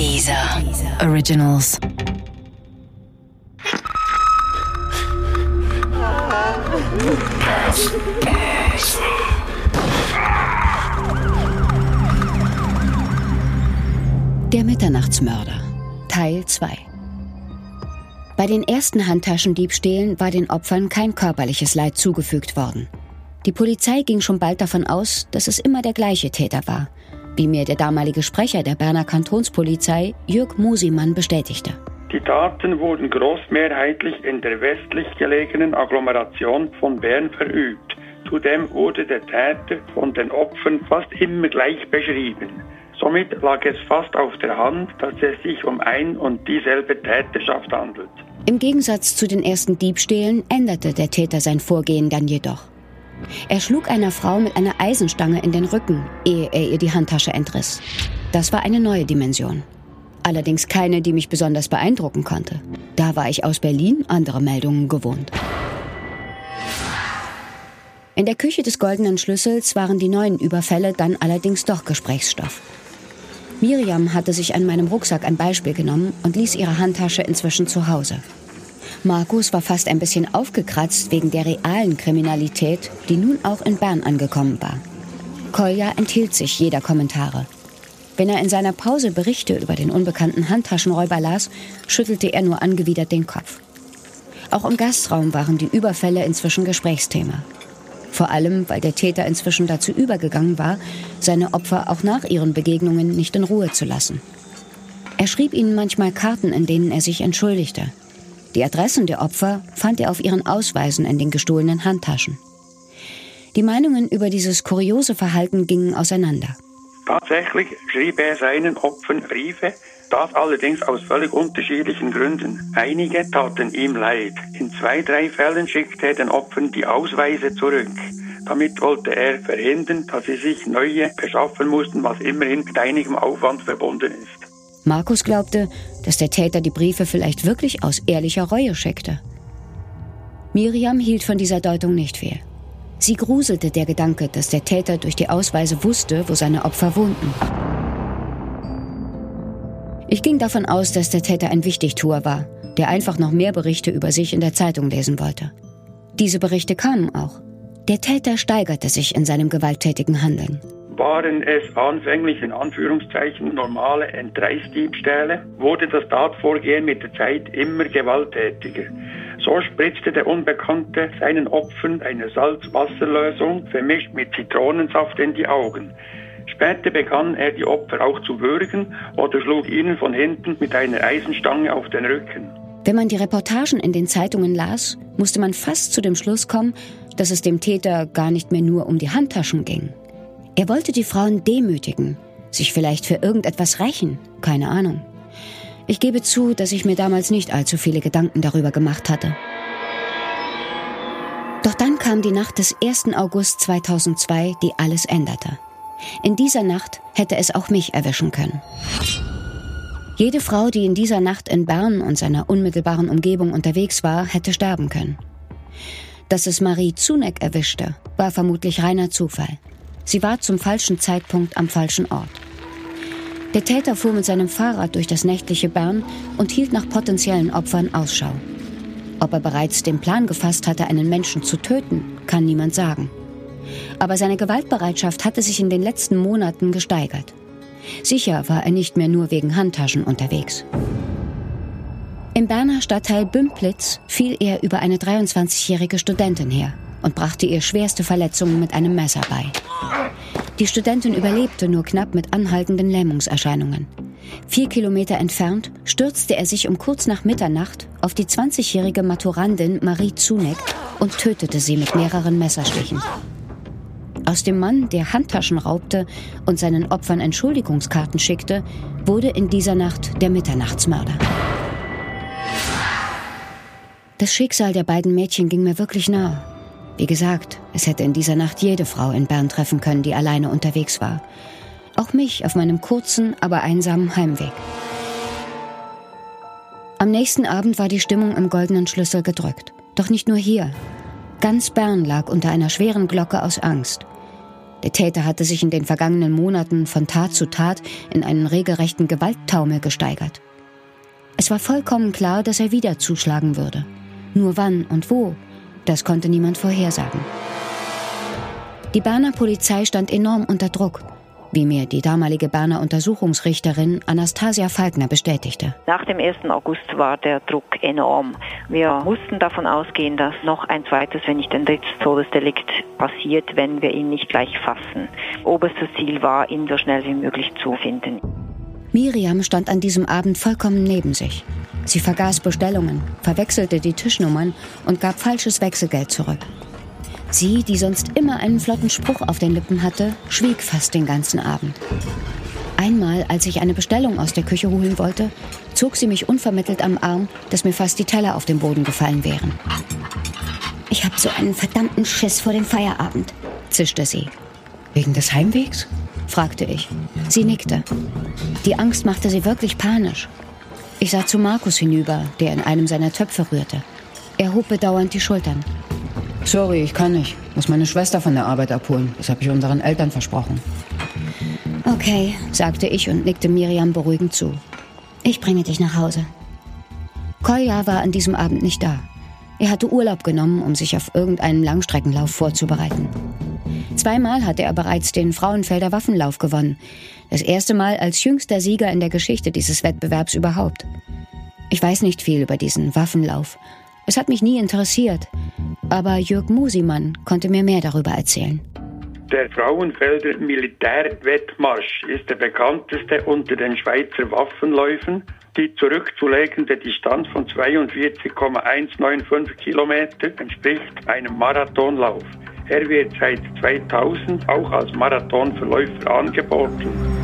Deezer Originals. Der Mitternachtsmörder, Teil 2. Bei den ersten Handtaschendiebstählen war den Opfern kein körperliches Leid zugefügt worden. Die Polizei ging schon bald davon aus, dass es immer der gleiche Täter war, wie mir der damalige Sprecher der Berner Kantonspolizei, Jürg Musimann, bestätigte. Die Taten wurden großmehrheitlich in der westlich gelegenen Agglomeration von Bern verübt. Zudem wurde der Täter von den Opfern fast immer gleich beschrieben. Somit lag es fast auf der Hand, dass es sich um ein und dieselbe Täterschaft handelt. Im Gegensatz zu den ersten Diebstählen änderte der Täter sein Vorgehen dann jedoch. Er schlug einer Frau mit einer Eisenstange in den Rücken, ehe er ihr die Handtasche entriss. Das war eine neue Dimension. Allerdings keine, die mich besonders beeindrucken konnte. Da war ich aus Berlin andere Meldungen gewohnt. In der Küche des Goldenen Schlüssels waren die neuen Überfälle dann allerdings doch Gesprächsstoff. Miriam hatte sich an meinem Rucksack ein Beispiel genommen und ließ ihre Handtasche inzwischen zu Hause. Markus war fast ein bisschen aufgekratzt wegen der realen Kriminalität, die nun auch in Bern angekommen war. Kolja enthielt sich jeder Kommentare. Wenn er in seiner Pause Berichte über den unbekannten Handtaschenräuber las, schüttelte er nur angewidert den Kopf. Auch im Gastraum waren die Überfälle inzwischen Gesprächsthema. Vor allem, weil der Täter inzwischen dazu übergegangen war, seine Opfer auch nach ihren Begegnungen nicht in Ruhe zu lassen. Er schrieb ihnen manchmal Karten, in denen er sich entschuldigte. Die Adressen der Opfer fand er auf ihren Ausweisen in den gestohlenen Handtaschen. Die Meinungen über dieses kuriose Verhalten gingen auseinander. Tatsächlich schrieb er seinen Opfern Briefe, das allerdings aus völlig unterschiedlichen Gründen. Einige taten ihm leid. In 2-3 Fällen schickte er den Opfern die Ausweise zurück. Damit wollte er verhindern, dass sie sich neue beschaffen mussten, was immerhin mit einigem Aufwand verbunden ist. Markus glaubte, dass der Täter die Briefe vielleicht wirklich aus ehrlicher Reue schickte. Miriam hielt von dieser Deutung nicht viel. Sie gruselte der Gedanke, dass der Täter durch die Ausweise wusste, wo seine Opfer wohnten. Ich ging davon aus, dass der Täter ein Wichtigtuer war, der einfach noch mehr Berichte über sich in der Zeitung lesen wollte. Diese Berichte kamen auch. Der Täter steigerte sich in seinem gewalttätigen Handeln. Waren es anfänglich in Anführungszeichen normale Entreißdiebstähle, wurde das Tatvorgehen mit der Zeit immer gewalttätiger. So spritzte der Unbekannte seinen Opfern eine Salzwasserlösung vermischt mit Zitronensaft in die Augen. Später begann er die Opfer auch zu würgen oder schlug ihnen von hinten mit einer Eisenstange auf den Rücken. Wenn man die Reportagen in den Zeitungen las, musste man fast zu dem Schluss kommen, dass es dem Täter gar nicht mehr nur um die Handtaschen ging. Er wollte die Frauen demütigen, sich vielleicht für irgendetwas rächen, keine Ahnung. Ich gebe zu, dass ich mir damals nicht allzu viele Gedanken darüber gemacht hatte. Doch dann kam die Nacht des 1. August 2002, die alles änderte. In dieser Nacht hätte es auch mich erwischen können. Jede Frau, die in dieser Nacht in Bern und seiner unmittelbaren Umgebung unterwegs war, hätte sterben können. Dass es Marie Zuneck erwischte, war vermutlich reiner Zufall. Sie war zum falschen Zeitpunkt am falschen Ort. Der Täter fuhr mit seinem Fahrrad durch das nächtliche Bern und hielt nach potenziellen Opfern Ausschau. Ob er bereits den Plan gefasst hatte, einen Menschen zu töten, kann niemand sagen. Aber seine Gewaltbereitschaft hatte sich in den letzten Monaten gesteigert. Sicher war er nicht mehr nur wegen Handtaschen unterwegs. Im Berner Stadtteil Bümplitz fiel er über eine 23-jährige Studentin her und brachte ihr schwerste Verletzungen mit einem Messer bei. Die Studentin überlebte nur knapp mit anhaltenden Lähmungserscheinungen. 4 Kilometer entfernt stürzte er sich um kurz nach Mitternacht auf die 20-jährige Maturandin Marie Zuneck und tötete sie mit mehreren Messerstichen. Aus dem Mann, der Handtaschen raubte und seinen Opfern Entschuldigungskarten schickte, wurde in dieser Nacht der Mitternachtsmörder. Das Schicksal der beiden Mädchen ging mir wirklich nahe. Wie gesagt, es hätte in dieser Nacht jede Frau in Bern treffen können, die alleine unterwegs war. Auch mich auf meinem kurzen, aber einsamen Heimweg. Am nächsten Abend war die Stimmung im Goldenen Schlüssel gedrückt. Doch nicht nur hier. Ganz Bern lag unter einer schweren Glocke aus Angst. Der Täter hatte sich in den vergangenen Monaten von Tat zu Tat in einen regelrechten Gewalttaumel gesteigert. Es war vollkommen klar, dass er wieder zuschlagen würde. Nur wann und wo, das konnte niemand vorhersagen. Die Berner Polizei stand enorm unter Druck, wie mir die damalige Berner Untersuchungsrichterin Anastasia Falkner bestätigte. Nach dem 1. August war der Druck enorm. Wir mussten davon ausgehen, dass noch ein zweites, wenn nicht ein drittes Todesdelikt passiert, wenn wir ihn nicht gleich fassen. Oberstes Ziel war, ihn so schnell wie möglich zu finden. Miriam stand an diesem Abend vollkommen neben sich. Sie vergaß Bestellungen, verwechselte die Tischnummern und gab falsches Wechselgeld zurück. Sie, die sonst immer einen flotten Spruch auf den Lippen hatte, schwieg fast den ganzen Abend. Einmal, als ich eine Bestellung aus der Küche holen wollte, zog sie mich unvermittelt am Arm, dass mir fast die Teller auf den Boden gefallen wären. »Ich hab so einen verdammten Schiss vor dem Feierabend«, zischte sie. »Wegen des Heimwegs?« fragte ich. Sie nickte. Die Angst machte sie wirklich panisch. Ich sah zu Markus hinüber, der in einem seiner Töpfe rührte. Er hob bedauernd die Schultern. »Sorry, ich kann nicht. Muss meine Schwester von der Arbeit abholen. Das habe ich unseren Eltern versprochen.« »Okay«, sagte ich und nickte Miriam beruhigend zu. »Ich bringe dich nach Hause.« Kolja war an diesem Abend nicht da. Er hatte Urlaub genommen, um sich auf irgendeinen Langstreckenlauf vorzubereiten. 2-mal hatte er bereits den Frauenfelder Waffenlauf gewonnen. Das erste Mal als jüngster Sieger in der Geschichte dieses Wettbewerbs überhaupt. Ich weiß nicht viel über diesen Waffenlauf. Es hat mich nie interessiert. Aber Jörg Musimann konnte mir mehr darüber erzählen. Der Frauenfelder Militärwettmarsch ist der bekannteste unter den Schweizer Waffenläufen. Die zurückzulegende Distanz von 42,195 Kilometer entspricht einem Marathonlauf. Er wird seit 2000 auch als Marathonverläufer angeboten.